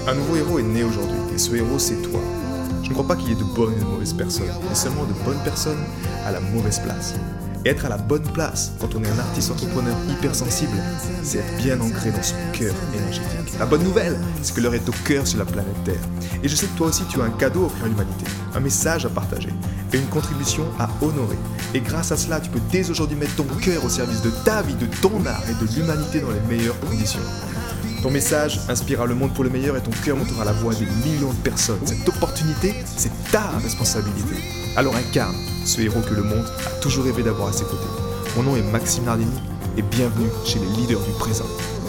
Un nouveau héros est né aujourd'hui, et ce héros c'est toi. Je ne crois pas qu'il y ait de bonnes et de mauvaises personnes, mais seulement de bonnes personnes à la mauvaise place. Et être à la bonne place, quand on est un artiste entrepreneur hypersensible, c'est être bien ancré dans son cœur énergétique. La bonne nouvelle, c'est que l'heure est au cœur sur la planète Terre. Et je sais que toi aussi tu as un cadeau à offrir à l'humanité, un message à partager, et une contribution à honorer. Et grâce à cela, tu peux dès aujourd'hui mettre ton cœur au service de ta vie, de ton art et de l'humanité dans les meilleures conditions. Ton message inspirera le monde pour le meilleur et ton cœur montera la voix des millions de personnes. Cette opportunité, c'est ta responsabilité. Alors incarne ce héros que le monde a toujours rêvé d'avoir à ses côtés. Mon nom est Maxime Nardini et bienvenue chez les leaders du présent.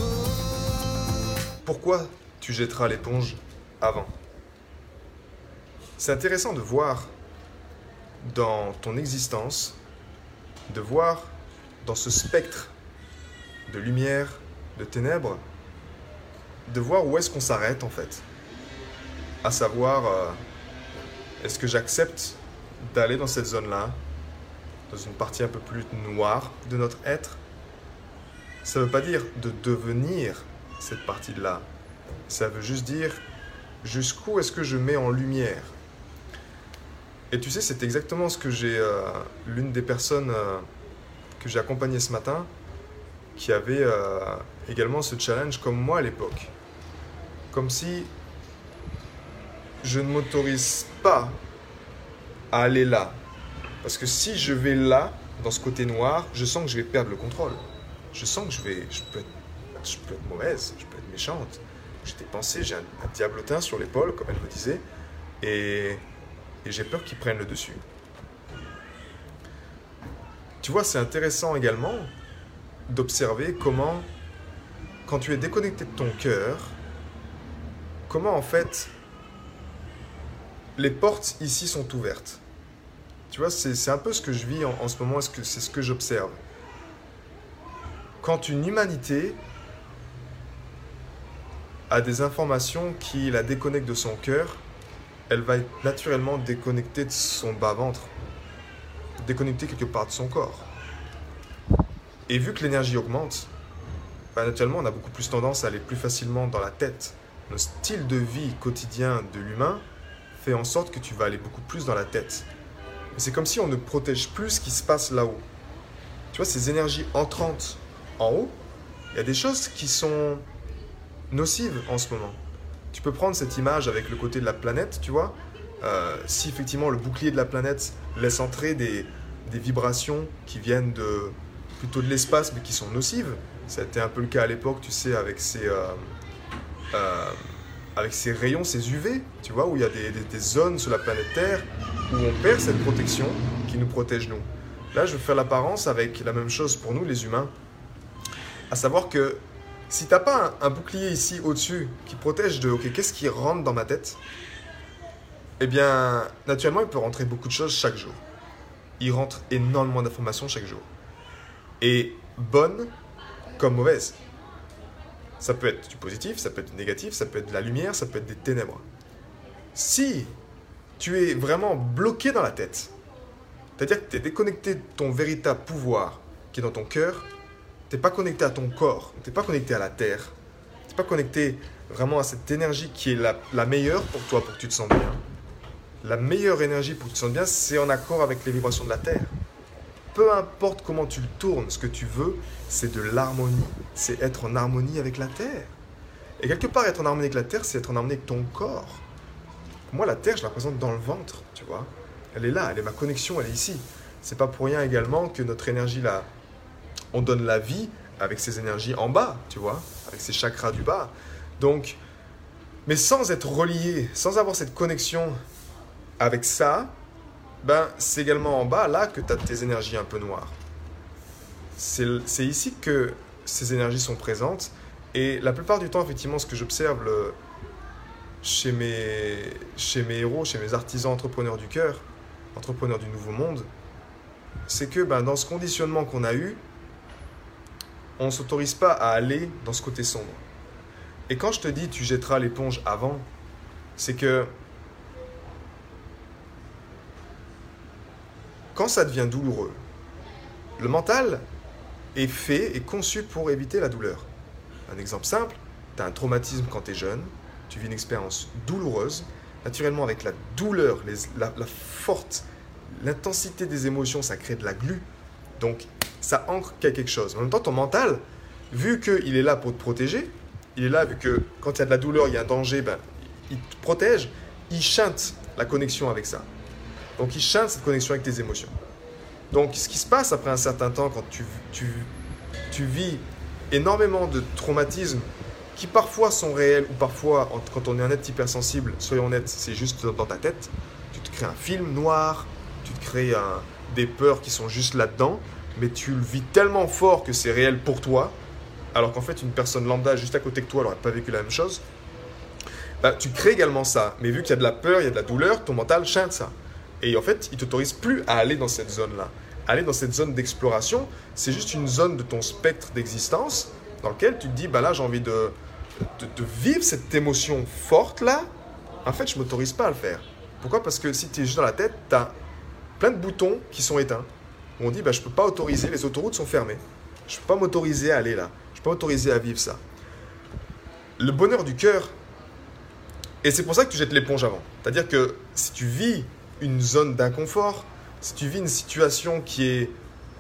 Pourquoi tu jetteras l'éponge avant ? C'est intéressant de voir dans ton existence, de voir dans ce spectre de lumière, de ténèbres, de voir où est-ce qu'on s'arrête en fait. À savoir, est-ce que j'accepte d'aller dans cette zone-là, dans une partie un peu plus noire de notre être ? Ça ne veut pas dire de devenir cette partie-là. Ça veut juste dire jusqu'où est-ce que je mets en lumière. Et tu sais, c'est exactement ce que j'ai... l'une des personnes que j'ai accompagnées ce matin, qui avait également ce challenge comme moi à l'époque. Comme si je ne m'autorise pas à aller là. Parce que si je vais là, dans ce côté noir, je sens que je vais perdre le contrôle. Je sens que je peux être mauvaise, je peux être méchante. J'ai des pensées, j'ai un diablotin sur l'épaule, comme elle me disait, et j'ai peur qu'il prenne le dessus. Tu vois, c'est intéressant également d'observer comment, quand tu es déconnecté de ton cœur, comment en fait les portes ici sont ouvertes. Tu vois, c'est un peu ce que je vis en ce moment, c'est ce que j'observe. Quand une humanité a des informations qui la déconnectent de son cœur, elle va être naturellement déconnectée de son bas-ventre, déconnectée quelque part de son corps. Et vu que l'énergie augmente, naturellement, on a beaucoup plus tendance à aller plus facilement dans la tête. Le style de vie quotidien de l'humain fait en sorte que tu vas aller beaucoup plus dans la tête. Mais c'est comme si on ne protège plus ce qui se passe là-haut. Tu vois, ces énergies entrantes en haut, il y a des choses qui sont nocives en ce moment. Tu peux prendre cette image avec le côté de la planète, tu vois. Si effectivement le bouclier de la planète laisse entrer des vibrations qui viennent plutôt de l'espace, mais qui sont nocives. Ça a été un peu le cas à l'époque, tu sais, avec ces rayons, ces UV, tu vois, où il y a des zones sur la planète Terre où on perd cette protection qui nous protège nous. Là, je veux faire l'apparence avec la même chose pour nous, les humains. À savoir que si tu n'as pas un bouclier ici au-dessus qui protège de « Ok, qu'est-ce qui rentre dans ma tête ?» Eh bien, naturellement, il peut rentrer beaucoup de choses chaque jour. Il rentre énormément d'informations chaque jour. Et bonnes comme mauvaises. Ça peut être du positif, ça peut être du négatif, ça peut être de la lumière, ça peut être des ténèbres. Si tu es vraiment bloqué dans la tête, c'est-à-dire que tu es déconnecté de ton véritable pouvoir qui est dans ton cœur, tu n'es pas connecté à ton corps, tu n'es pas connecté à la terre, tu n'es pas connecté vraiment à cette énergie qui est la meilleure pour toi, pour que tu te sentes bien. La meilleure énergie pour que tu te sentes bien, c'est en accord avec les vibrations de la terre. Peu importe comment tu le tournes, ce que tu veux, c'est de l'harmonie. C'est être en harmonie avec la terre. Et quelque part, être en harmonie avec la terre, c'est être en harmonie avec ton corps. Pour moi, la terre, je la présente dans le ventre, tu vois. Elle est là, elle est ma connexion, elle est ici. C'est pas pour rien également que notre énergie là, on donne la vie avec ces énergies en bas, tu vois, avec ces chakras du bas. Donc, mais sans être relié, sans avoir cette connexion avec ça, c'est également en bas, là, que tu as tes énergies un peu noires. C'est ici que ces énergies sont présentes. Et la plupart du temps, effectivement, ce que j'observe chez mes héros, chez mes artisans entrepreneurs du cœur, entrepreneurs du nouveau monde, c'est que dans ce conditionnement qu'on a eu, on ne s'autorise pas à aller dans ce côté sombre. Et quand je te dis tu jetteras l'éponge avant, c'est que quand ça devient douloureux, le mental est fait et conçu pour éviter la douleur. Un exemple simple, tu as un traumatisme quand tu es jeune, tu vis une expérience douloureuse, naturellement avec la douleur, la forte, l'intensité des émotions, ça crée de la glu. Donc, ça ancre quelque chose. En même temps, ton mental, vu qu'il est là pour te protéger, il est là, vu que quand il y a de la douleur, il y a un danger, il te protège, il chante la connexion avec ça. Donc, il chante cette connexion avec tes émotions. Donc, ce qui se passe après un certain temps, quand tu vis énormément de traumatismes qui parfois sont réels ou parfois, quand on est un être hypersensible, soyons honnêtes, c'est juste dans ta tête. Tu te crées un film noir, tu te crées des peurs qui sont juste là-dedans, mais tu le vis tellement fort que c'est réel pour toi, alors qu'en fait, une personne lambda juste à côté de toi n'aurait pas vécu la même chose. Tu crées également ça, mais vu qu'il y a de la peur, il y a de la douleur, ton mental chante ça. Et en fait, il ne t'autorise plus à aller dans cette zone-là. Aller dans cette zone d'exploration, c'est juste une zone de ton spectre d'existence dans lequel tu te dis, là, j'ai envie de vivre cette émotion forte-là. En fait, je ne m'autorise pas à le faire. Pourquoi ? Parce que si tu es juste dans la tête, tu as plein de boutons qui sont éteints. Où on dit, je ne peux pas autoriser, les autoroutes sont fermées. Je ne peux pas m'autoriser à aller là. Je ne peux pas m'autoriser à vivre ça. Le bonheur du cœur, et c'est pour ça que tu jettes l'éponge avant. C'est-à-dire que si tu vis une zone d'inconfort, si tu vis une situation qui est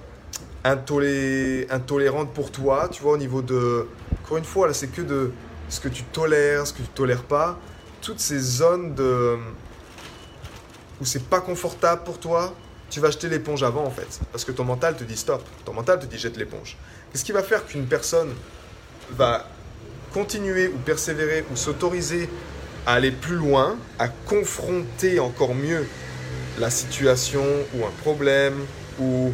intolérante pour toi, tu vois, au niveau de... Encore une fois, là, c'est que de ce que tu tolères, ce que tu ne tolères pas. Toutes ces zones où c'est pas confortable pour toi, tu vas jeter l'éponge avant, en fait. Parce que ton mental te dit stop. Ton mental te dit jette l'éponge. Qu'est-ce qui va faire qu'une personne va continuer ou persévérer ou s'autoriser à aller plus loin, à confronter encore mieux la situation ou un problème ou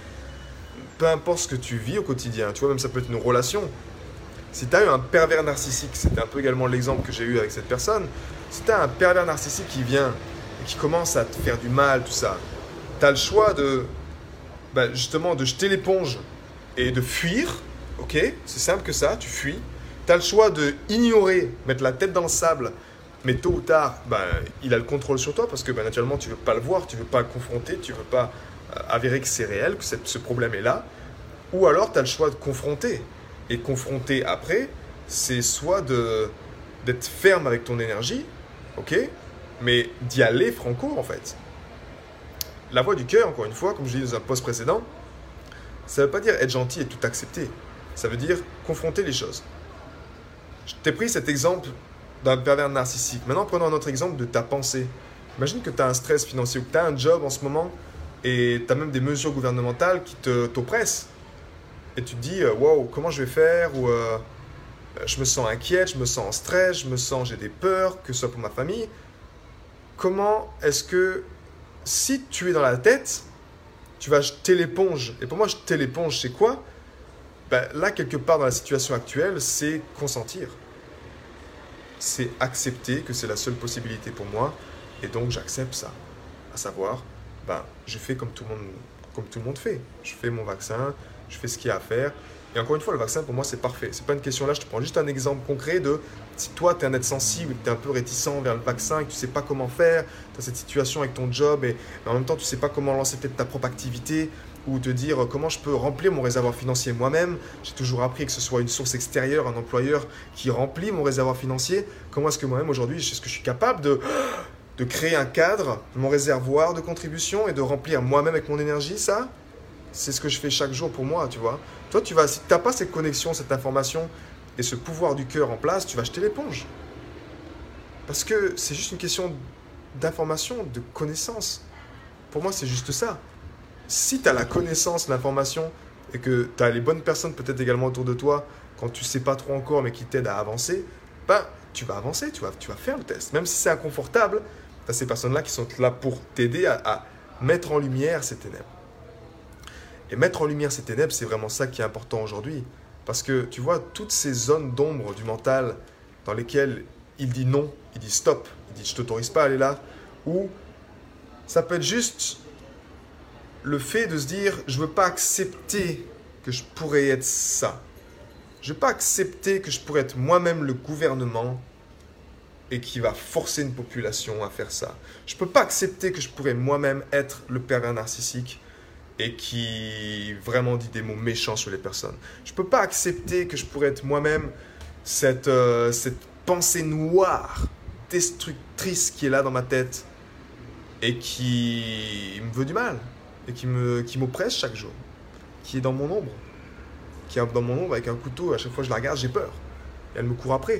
peu importe ce que tu vis au quotidien. Tu vois, même ça peut être une relation. Si tu as eu un pervers narcissique, c'était un peu également l'exemple que j'ai eu avec cette personne. Si tu as un pervers narcissique qui vient et qui commence à te faire du mal, tout ça, tu as le choix justement de jeter l'éponge et de fuir. Ok, c'est simple que ça, tu fuis. Tu as le choix de ignorer, mettre la tête dans le sable, mais tôt ou tard, il a le contrôle sur toi parce que naturellement, tu ne veux pas le voir, tu ne veux pas le confronter, tu ne veux pas avérer que c'est réel, que ce problème est là. Ou alors, tu as le choix de confronter. Et confronter après, c'est soit d'être ferme avec ton énergie, ok, mais d'y aller franco en fait. La voix du cœur, encore une fois, comme je l'ai dit dans un post précédent, ça ne veut pas dire être gentil et tout accepter. Ça veut dire confronter les choses. Je t'ai pris cet exemple d'un pervers narcissique. Maintenant, prenons un autre exemple de ta pensée. Imagine que tu as un stress financier ou que tu as un job en ce moment et tu as même des mesures gouvernementales qui t'oppressent. Et tu te dis, wow, comment je vais faire ? Ou je me sens inquiète, je me sens en stress, j'ai des peurs, que ce soit pour ma famille. Comment est-ce que, si tu es dans la tête, tu vas jeter l'éponge ? Et pour moi, jeter l'éponge, c'est quoi ? Là, quelque part dans la situation actuelle, c'est consentir. C'est accepter que c'est la seule possibilité pour moi. Et donc, j'accepte ça. À savoir, je fais comme tout le monde fait. Je fais mon vaccin, je fais ce qu'il y a à faire. Et encore une fois, le vaccin, pour moi, c'est parfait. Ce n'est pas une question là, je te prends juste un exemple concret de si toi, tu es un être sensible, tu es un peu réticent vers le vaccin et que tu ne sais pas comment faire, tu as cette situation avec ton job mais en même temps, tu ne sais pas comment lancer peut-être ta propre activité ou te dire comment je peux remplir mon réservoir financier moi-même. J'ai toujours appris que ce soit une source extérieure, un employeur qui remplit mon réservoir financier. Comment est-ce que moi-même, aujourd'hui, est-ce que je suis capable de créer un cadre, mon réservoir de contribution et de remplir moi-même avec mon énergie, ça ? C'est ce que je fais chaque jour pour moi, tu vois. Toi, si tu n'as pas cette connexion, cette information et ce pouvoir du cœur en place, tu vas jeter l'éponge. Parce que c'est juste une question d'information, de connaissance. Pour moi, c'est juste ça. Si tu as la connaissance, l'information et que tu as les bonnes personnes peut-être également autour de toi, quand tu ne sais pas trop encore mais qui t'aident à avancer, tu vas avancer, tu vas faire le test. Même si c'est inconfortable, tu as ces personnes-là qui sont là pour t'aider à mettre en lumière ces ténèbres. Et mettre en lumière ces ténèbres, c'est vraiment ça qui est important aujourd'hui. Parce que tu vois, toutes ces zones d'ombre du mental dans lesquelles il dit non, il dit stop, il dit je ne t'autorise pas à aller là, ou ça peut être juste le fait de se dire je ne veux pas accepter que je pourrais être ça. Je ne veux pas accepter que je pourrais être moi-même le gouvernement et qui va forcer une population à faire ça. Je ne peux pas accepter que je pourrais moi-même être le pervers narcissique et qui vraiment dit des mots méchants sur les personnes. Je ne peux pas accepter que je pourrais être moi-même cette pensée noire, destructrice qui est là dans ma tête et qui me veut du mal et qui m'oppresse chaque jour, qui est dans mon ombre, qui est dans mon ombre avec un couteau. À chaque fois que je la regarde, j'ai peur. Et elle me court après.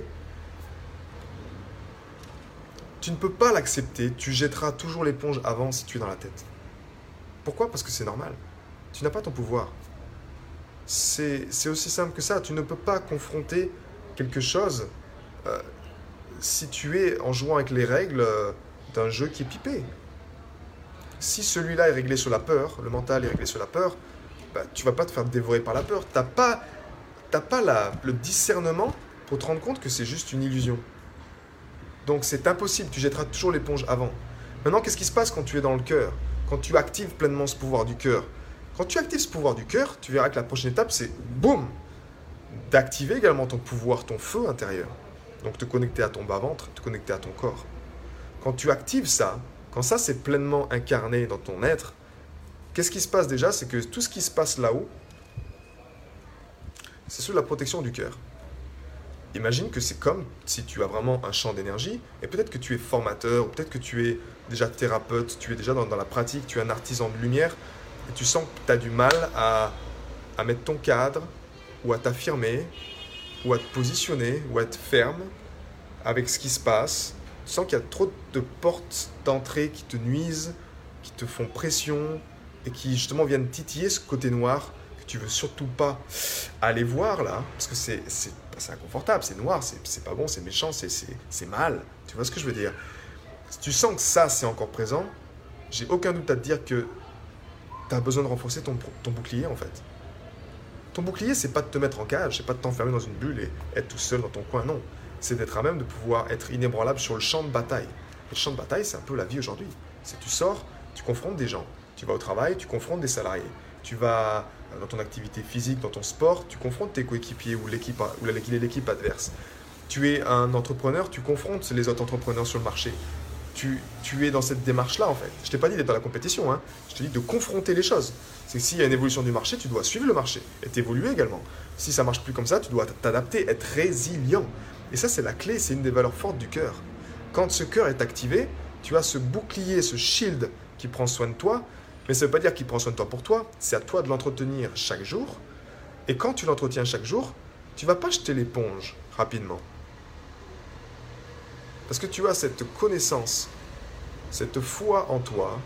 Tu ne peux pas l'accepter. Tu jetteras toujours l'éponge avant si tu es dans la tête. Pourquoi? Parce que c'est normal. Tu n'as pas ton pouvoir. C'est aussi simple que ça. Tu ne peux pas confronter quelque chose si tu es en jouant avec les règles d'un jeu qui est pipé. Si celui-là est réglé sur la peur, le mental est réglé sur la peur, bah, tu ne vas pas te faire dévorer par la peur. Tu n'as pas le discernement pour te rendre compte que c'est juste une illusion. Donc c'est impossible, tu jetteras toujours l'éponge avant. Maintenant, qu'est-ce qui se passe quand tu es dans le cœur? Quand tu actives pleinement ce pouvoir du cœur? Quand tu actives ce pouvoir du cœur, tu verras que la prochaine étape, c'est boum, d'activer également ton pouvoir, ton feu intérieur. Donc te connecter à ton bas-ventre, te connecter à ton corps. Quand tu actives ça, quand ça c'est pleinement incarné dans ton être, qu'est-ce qui se passe déjà? C'est que tout ce qui se passe là-haut, c'est sous la protection du cœur. Imagine que c'est comme si tu as vraiment un champ d'énergie, et peut-être que tu es formateur, ou peut-être que tu es déjà thérapeute, tu es déjà dans la pratique, tu es un artisan de lumière, et tu sens que tu as du mal à mettre ton cadre, ou à t'affirmer, ou à te positionner, ou à être ferme avec ce qui se passe. Tu sens qu'il y a trop de portes d'entrée qui te nuisent, qui te font pression, et qui justement viennent titiller ce côté noir que tu veux surtout pas aller voir là, parce que c'est inconfortable, c'est noir, c'est pas bon, c'est méchant, c'est mal. Tu vois ce que je veux dire? Si tu sens que ça, c'est encore présent, j'ai aucun doute à te dire que tu as besoin de renforcer ton bouclier en fait. Ton bouclier, c'est pas de te mettre en cage, c'est pas de t'enfermer dans une bulle et être tout seul dans ton coin, non. C'est d'être à même de pouvoir être inébranlable sur le champ de bataille. Et le champ de bataille, c'est un peu la vie aujourd'hui. C'est tu sors, tu confrontes des gens. Tu vas au travail, tu confrontes des salariés. Tu vas dans ton activité physique, dans ton sport, tu confrontes tes coéquipiers ou l'équipe adverse. Tu es un entrepreneur, tu confrontes les autres entrepreneurs sur le marché. Tu es dans cette démarche-là en fait. Je t'ai pas dit d'être dans la compétition, hein. Je te dis de confronter les choses. C'est que s'il y a une évolution du marché, tu dois suivre le marché et t'évoluer également. Si ça marche plus comme ça, tu dois t'adapter, être résilient. Et ça, c'est la clé, c'est une des valeurs fortes du cœur. Quand ce cœur est activé, tu as ce bouclier, ce shield qui prend soin de toi. Mais ça ne veut pas dire qu'il prend soin de toi pour toi. C'est à toi de l'entretenir chaque jour. Et quand tu l'entretiens chaque jour, tu ne vas pas jeter l'éponge rapidement. Parce que tu as cette connaissance, cette foi en toi,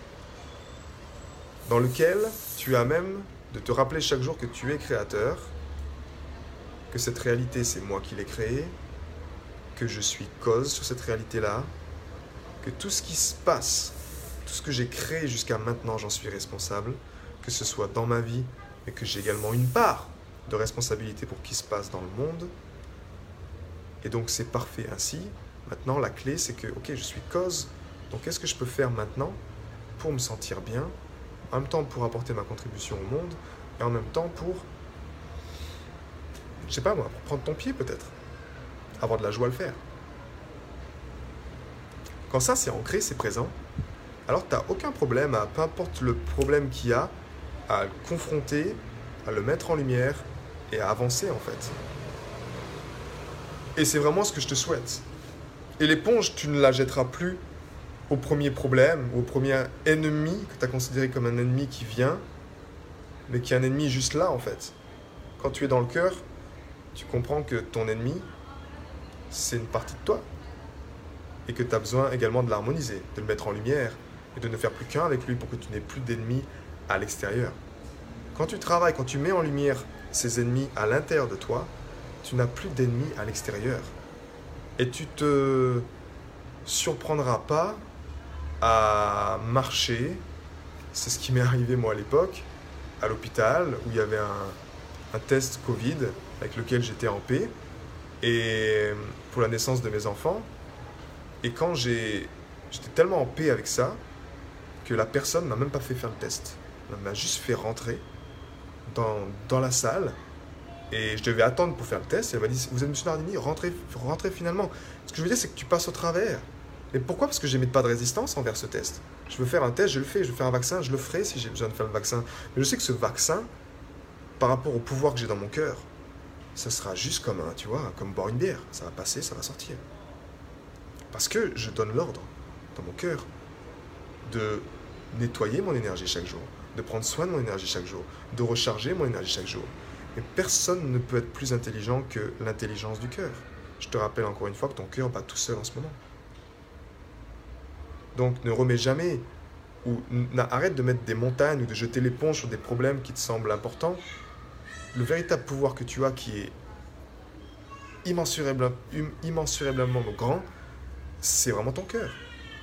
dans lequel tu as même de te rappeler chaque jour que tu es créateur, que cette réalité, c'est moi qui l'ai créée, que je suis cause sur cette réalité-là, que tout ce qui se passe, tout ce que j'ai créé jusqu'à maintenant, j'en suis responsable, que ce soit dans ma vie, mais que j'ai également une part de responsabilité pour ce qui se passe dans le monde. Et donc c'est parfait ainsi. Maintenant, la clé, c'est que, ok, je suis cause, donc qu'est-ce que je peux faire maintenant pour me sentir bien, en même temps pour apporter ma contribution au monde, et en même temps pour, je sais pas moi, pour prendre ton pied peut-être, avoir de la joie à le faire. Quand ça c'est ancré, c'est présent, alors tu n'as aucun problème à, peu importe le problème qu'il y a, à le confronter, à le mettre en lumière et à avancer en fait. Et c'est vraiment ce que je te souhaite. Et l'éponge, tu ne la jetteras plus au premier problème, au premier ennemi que tu as considéré comme un ennemi qui vient, mais qui est un ennemi juste là en fait. Quand tu es dans le cœur, tu comprends que ton ennemi, c'est une partie de toi. Et que tu as besoin également de l'harmoniser, de le mettre en lumière et de ne faire plus qu'un avec lui pour que tu n'aies plus d'ennemis à l'extérieur. Quand tu travailles, quand tu mets en lumière ces ennemis à l'intérieur de toi, tu n'as plus d'ennemis à l'extérieur. Et tu te surprendras pas à marcher. C'est ce qui m'est arrivé moi à l'époque, à l'hôpital, où il y avait un test Covid avec lequel j'étais en paix, et pour la naissance de mes enfants. Et quand j'étais tellement en paix avec ça, que la personne ne m'a même pas fait faire le test. Elle m'a juste fait rentrer dans la salle, et je devais attendre pour faire le test. Et elle m'a dit, vous êtes M. Nardini, rentrez finalement. Ce que je veux dire, c'est que tu passes au travers. Mais pourquoi? Parce que je n'émets pas de résistance envers ce test. Je veux faire un test, je le fais. Je veux faire un vaccin, je le ferai si j'ai besoin de faire le vaccin. Mais je sais que ce vaccin, par rapport au pouvoir que j'ai dans mon cœur, ça sera juste comme comme boire une bière. Ça va passer, ça va sortir. Parce que je donne l'ordre dans mon cœur de nettoyer mon énergie chaque jour, de prendre soin de mon énergie chaque jour, de recharger mon énergie chaque jour. Et personne ne peut être plus intelligent que l'intelligence du cœur. Je te rappelle encore une fois que ton cœur bat tout seul en ce moment. Donc ne remets jamais arrête de mettre des montagnes ou de jeter l'éponge sur des problèmes qui te semblent importants. Le véritable pouvoir que tu as, qui est immensurablement grand, c'est vraiment ton cœur.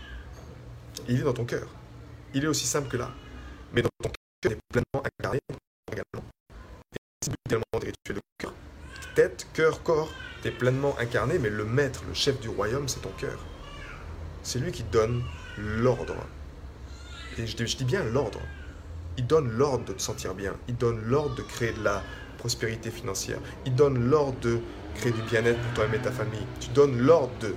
Il est dans ton cœur. Il est aussi simple que là. Mais dans ton cœur, il est pleinement incarné également. Et c'est également des rituels de cœur. Tête, cœur, corps, tu es pleinement incarné, mais le maître, le chef du royaume, c'est ton cœur. C'est lui qui donne l'ordre. Et je dis bien l'ordre. Il donne l'ordre de te sentir bien. Il donne l'ordre de créer de la prospérité financière. Il donne l'ordre de créer du bien-être pour toi-même et ta famille. Tu donnes l'ordre de...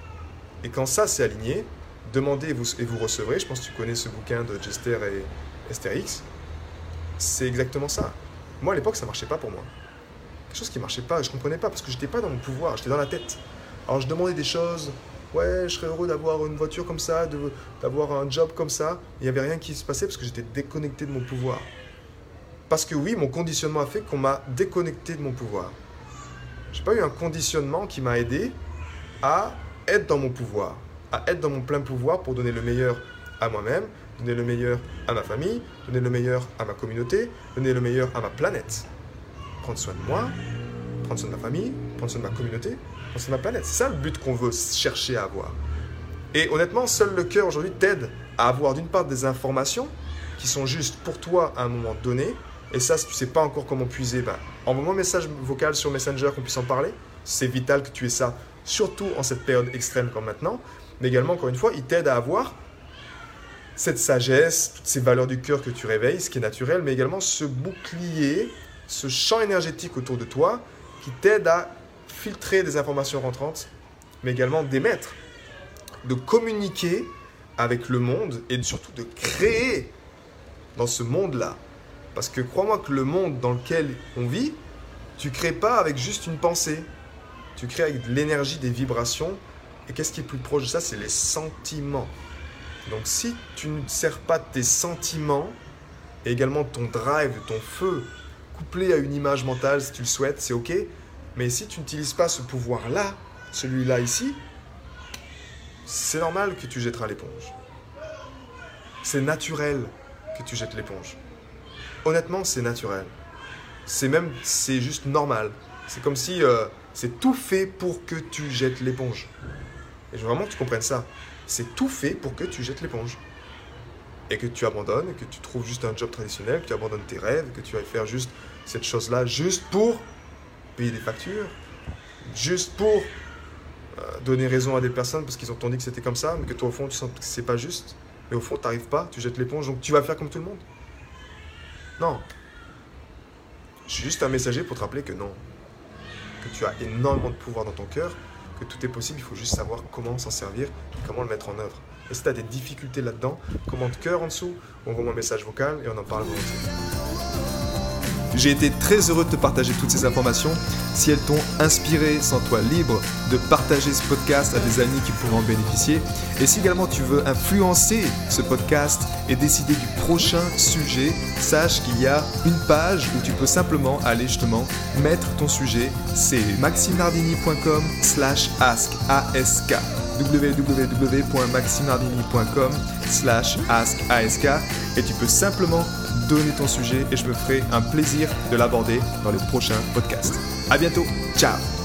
Et quand ça c'est aligné, demandez et vous recevrez. Je pense que tu connais ce bouquin de Jester et Astérix. C'est exactement ça. Moi à l'époque ça ne marchait pas pour moi. Quelque chose qui ne marchait pas, je ne comprenais pas parce que je n'étais pas dans mon pouvoir, j'étais dans la tête. Alors je demandais des choses... Ouais, je serais heureux d'avoir une voiture comme ça, d'avoir un job comme ça. Il n'y avait rien qui se passait parce que j'étais déconnecté de mon pouvoir. Parce que oui, mon conditionnement a fait qu'on m'a déconnecté de mon pouvoir. Je n'ai pas eu un conditionnement qui m'a aidé à être dans mon pouvoir, à être dans mon plein pouvoir pour donner le meilleur à moi-même, donner le meilleur à ma famille, donner le meilleur à ma communauté, donner le meilleur à ma planète. Prendre soin de moi, prendre soin de ma famille, prendre soin de ma communauté, prendre soin de ma planète. C'est ça le but qu'on veut chercher à avoir. Et honnêtement, seul le cœur aujourd'hui t'aide à avoir d'une part des informations qui sont justes pour toi à un moment donné. Et ça, si tu ne sais pas encore comment puiser, envoie-moi un message vocal sur Messenger qu'on puisse en parler. C'est vital que tu aies ça, surtout en cette période extrême comme maintenant. Mais également, encore une fois, il t'aide à avoir cette sagesse, toutes ces valeurs du cœur que tu réveilles, ce qui est naturel, mais également ce bouclier, ce champ énergétique autour de toi qui t'aide à filtrer des informations rentrantes, mais également d'émettre, de communiquer avec le monde et surtout de créer dans ce monde-là. Parce que crois-moi que le monde dans lequel on vit, tu ne crées pas avec juste une pensée. Tu crées avec de l'énergie, des vibrations. Et qu'est-ce qui est plus proche de ça? C'est les sentiments. Donc si tu ne sers pas tes sentiments, et également ton drive, ton feu, couplé à une image mentale, si tu le souhaites, c'est ok. Mais si tu n'utilises pas ce pouvoir-là, celui-là ici, c'est normal que tu jetteras l'éponge. C'est naturel que tu jettes l'éponge. Honnêtement, c'est naturel. C'est juste normal. C'est comme si c'est tout fait pour que tu jettes l'éponge. Et je veux vraiment que tu comprennes ça. C'est tout fait pour que tu jettes l'éponge. Et que tu abandonnes, et que tu trouves juste un job traditionnel, que tu abandonnes tes rêves, que tu ailles faire juste cette chose-là, juste pour payer des factures, juste pour donner raison à des personnes parce qu'ils ont dit que c'était comme ça, mais que toi au fond tu sens que c'est pas juste. Mais au fond, tu n'arrives pas, tu jettes l'éponge, donc tu vas faire comme tout le monde. Non. Je suis juste un messager pour te rappeler que non. Que tu as énormément de pouvoir dans ton cœur, que tout est possible, il faut juste savoir comment s'en servir et comment le mettre en œuvre. Et si tu as des difficultés là-dedans, commente cœur en dessous, envoie-moi un message vocal et on en parle volontiers. J'ai été très heureux de te partager toutes ces informations. Si elles t'ont inspiré, sens-toi libre de partager ce podcast à des amis qui pourront en bénéficier. Et si également tu veux influencer ce podcast et décider du prochain sujet, sache qu'il y a une page où tu peux simplement aller justement mettre ton sujet. C'est maximnardini.com/ask www.maximnardini.com/ask et tu peux simplement donner ton sujet et je me ferai un plaisir de l'aborder dans les prochains podcasts. À bientôt, ciao!